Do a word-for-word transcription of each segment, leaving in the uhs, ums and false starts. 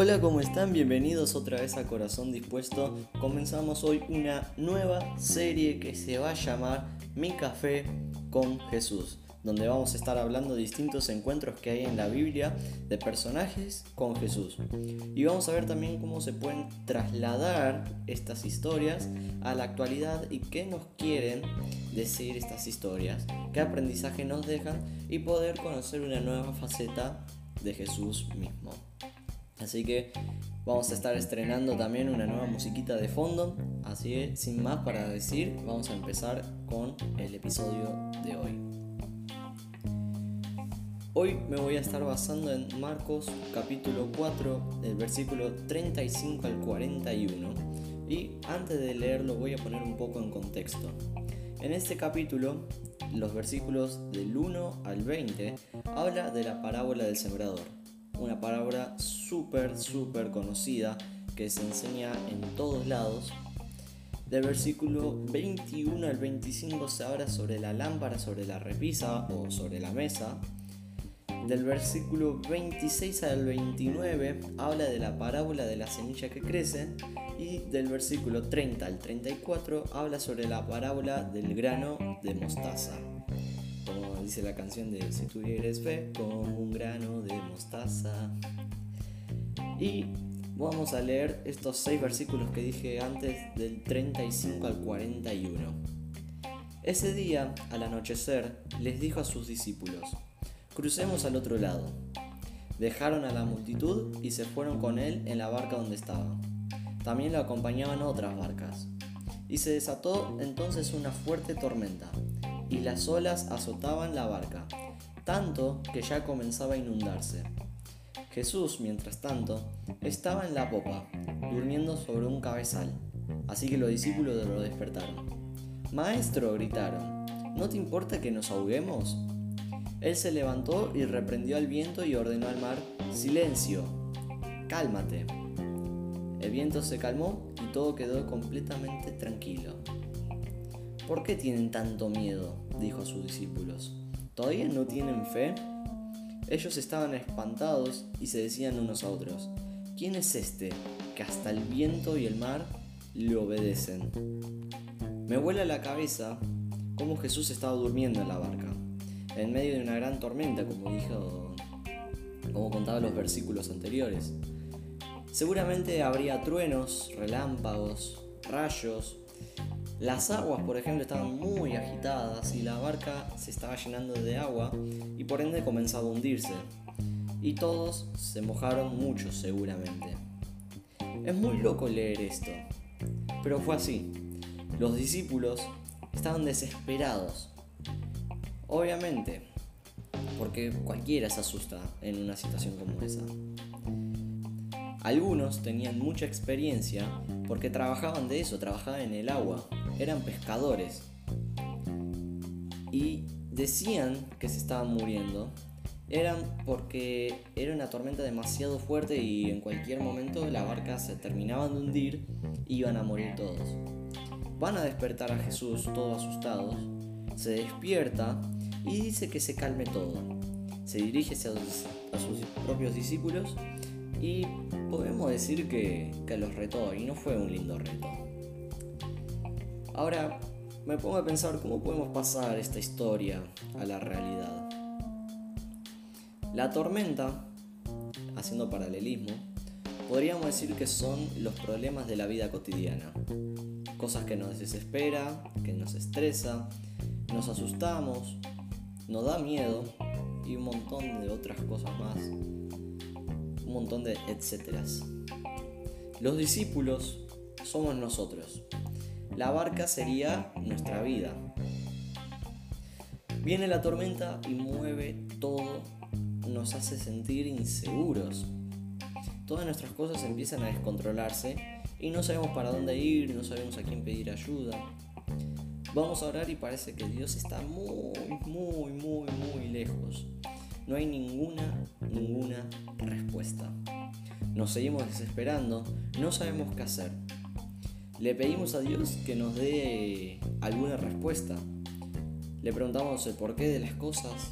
Hola, ¿cómo están? Bienvenidos otra vez a Corazón Dispuesto. Comenzamos hoy una nueva serie que se va a llamar Mi Café con Jesús, donde vamos a estar hablando de distintos encuentros que hay en la Biblia de personajes con Jesús. Y vamos a ver también cómo se pueden trasladar estas historias a la actualidad y qué nos quieren decir estas historias, qué aprendizaje nos dejan y poder conocer una nueva faceta de Jesús mismo. Así que vamos a estar estrenando también una nueva musiquita de fondo. Así que sin más para decir, vamos a empezar con el episodio de hoy. Hoy me voy a estar basando en Marcos capítulo cuatro, del versículo treinta y cinco al cuarenta y uno. Y antes de leerlo voy a poner un poco en contexto. En este capítulo, los versículos del uno al veinte habla de la parábola del sembrador. Una parábola súper, súper conocida que se enseña en todos lados. Del versículo veintiuno al veinticinco se habla sobre la lámpara, sobre la repisa o sobre la mesa. Del versículo veintiséis al veintinueve habla de la parábola de la semilla que crece. Y del versículo treinta al treinta y cuatro habla sobre la parábola del grano de mostaza. Como dice la canción de Si tuvieres fe como un grano de mostaza. Y vamos a leer estos seis versículos que dije antes, del treinta y cinco al cuarenta y uno. Ese día, al anochecer, les dijo a sus discípulos: crucemos al otro lado. Dejaron a la multitud y se fueron con él en la barca donde estaba. También lo acompañaban otras barcas. Y se desató entonces una fuerte tormenta, y las olas azotaban la barca, tanto que ya comenzaba a inundarse. Jesús, mientras tanto, estaba en la popa, durmiendo sobre un cabezal, así que los discípulos lo despertaron. «Maestro», gritaron, «¿no te importa que nos ahoguemos?». Él se levantó y reprendió al viento y ordenó al mar: «Silencio, cálmate». El viento se calmó y todo quedó completamente tranquilo. «¿Por qué tienen tanto miedo?», dijo a sus discípulos. «¿Todavía no tienen fe?». Ellos estaban espantados y se decían unos a otros: «¿Quién es este que hasta el viento y el mar le obedecen?». Me vuela la cabeza cómo Jesús estaba durmiendo en la barca, en medio de una gran tormenta, como dijo, como contaba los versículos anteriores. Seguramente habría truenos, relámpagos, rayos. Las aguas, por ejemplo, estaban muy agitadas y la barca se estaba llenando de agua y por ende comenzaba a hundirse. Y todos se mojaron mucho, seguramente. Es muy loco leer esto, pero fue así. Los discípulos estaban desesperados. Obviamente, porque cualquiera se asusta en una situación como esa. Algunos tenían mucha experiencia porque trabajaban de eso, trabajaban en el agua, eran pescadores y decían que se estaban muriendo. Eran porque era una tormenta demasiado fuerte y en cualquier momento la barca se terminaba de hundir y iban a morir todos. Van a despertar a Jesús todos asustados, se despierta y dice que se calme todo. Se dirige hacia sus, a sus propios discípulos y podemos decir que, que los retó, y no fue un lindo reto. Ahora me pongo a pensar cómo podemos pasar esta historia a la realidad. La tormenta, haciendo paralelismo, podríamos decir que son los problemas de la vida cotidiana. Cosas que nos desespera, que nos estresa, nos asustamos, nos da miedo y un montón de otras cosas más. Un montón de etcéteras. Los discípulos somos nosotros. La barca sería nuestra vida. Viene la tormenta y mueve todo, nos hace sentir inseguros. Todas nuestras cosas empiezan a descontrolarse y no sabemos para dónde ir, no sabemos a quién pedir ayuda. Vamos a orar y parece que Dios está muy, muy, muy, muy lejos. No hay ninguna, ninguna respuesta. Nos seguimos desesperando, no sabemos qué hacer. Le pedimos a Dios que nos dé alguna respuesta. Le preguntamos el porqué de las cosas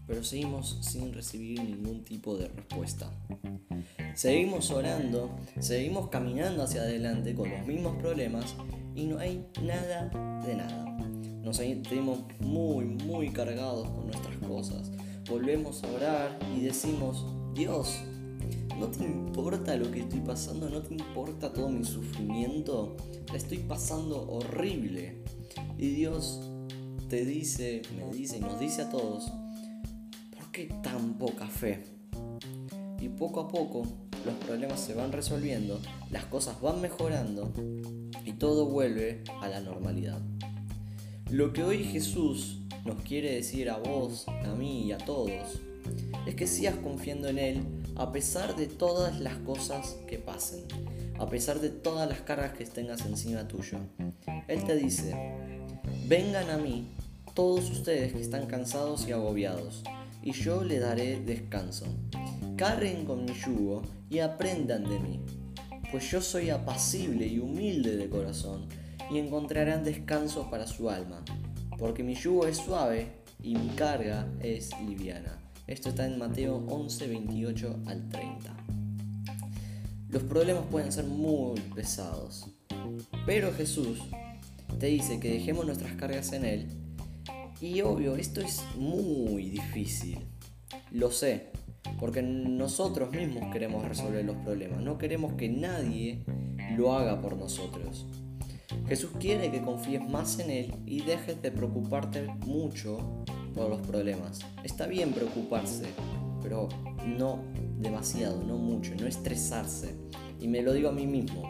pero seguimos sin recibir ningún tipo de respuesta. Seguimos orando, seguimos caminando hacia adelante con los mismos problemas y no hay nada de nada. Nos sentimos muy, muy cargados con nuestras cosas. Volvemos a orar y decimos: Dios, ¿no te importa lo que estoy pasando? ¿No te importa todo mi sufrimiento? La estoy pasando horrible. Y Dios te dice, me dice y nos dice a todos: ¿por qué tan poca fe? Y poco a poco los problemas se van resolviendo, las cosas van mejorando y todo vuelve a la normalidad. Lo que hoy Jesús nos quiere decir a vos, a mí y a todos es que sigas confiando en Él a pesar de todas las cosas que pasen, a pesar de todas las cargas que tengas encima tuyo. Él te dice: vengan a mí todos ustedes que están cansados y agobiados, y yo les daré descanso. Carguen con mi yugo y aprendan de mí, pues yo soy apacible y humilde de corazón, y encontrarán descanso para su alma, porque mi yugo es suave y mi carga es liviana. Esto está en Mateo once, veintiocho al treinta. Los problemas pueden ser muy pesados, pero Jesús te dice que dejemos nuestras cargas en Él. Y obvio, esto es muy difícil, lo sé, porque nosotros mismos queremos resolver los problemas, no queremos que nadie lo haga por nosotros. Jesús quiere que confíes más en Él y dejes de preocuparte mucho por los problemas. Está bien preocuparse, pero no demasiado, no mucho, no estresarse. Y me lo digo a mí mismo.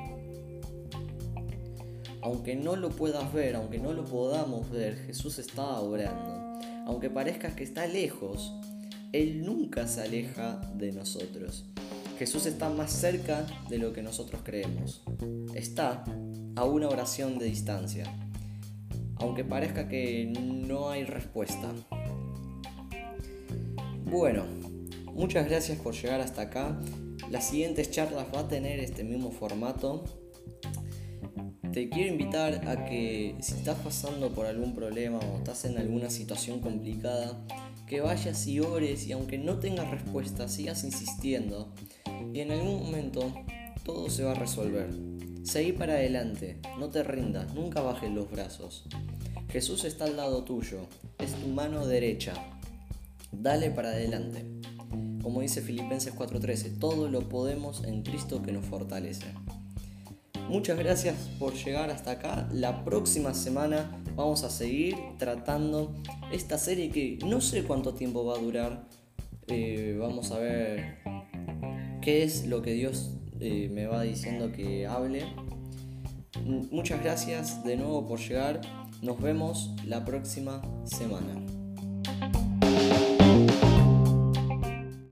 Aunque no lo puedas ver, aunque no lo podamos ver, Jesús está obrando. Aunque parezca que está lejos, Él nunca se aleja de nosotros. Jesús está más cerca de lo que nosotros creemos. Está a una oración de distancia, aunque parezca que no hay respuesta. Bueno, muchas gracias por llegar hasta acá. Las siguientes charlas va a tener este mismo formato. Te quiero invitar a que, si estás pasando por algún problema o estás en alguna situación complicada, que vayas y ores, y aunque no tengas respuesta, sigas insistiendo, y en algún momento todo se va a resolver. Seguí para adelante, no te rindas, nunca bajes los brazos. Jesús está al lado tuyo, es tu mano derecha. Dale para adelante. Como dice Filipenses cuatro trece, todo lo podemos en Cristo que nos fortalece. Muchas gracias por llegar hasta acá. La próxima semana vamos a seguir tratando esta serie que no sé cuánto tiempo va a durar. Eh, vamos a ver qué es lo que Dios eh, me va diciendo que hable. Muchas gracias de nuevo por llegar. Nos vemos la próxima semana.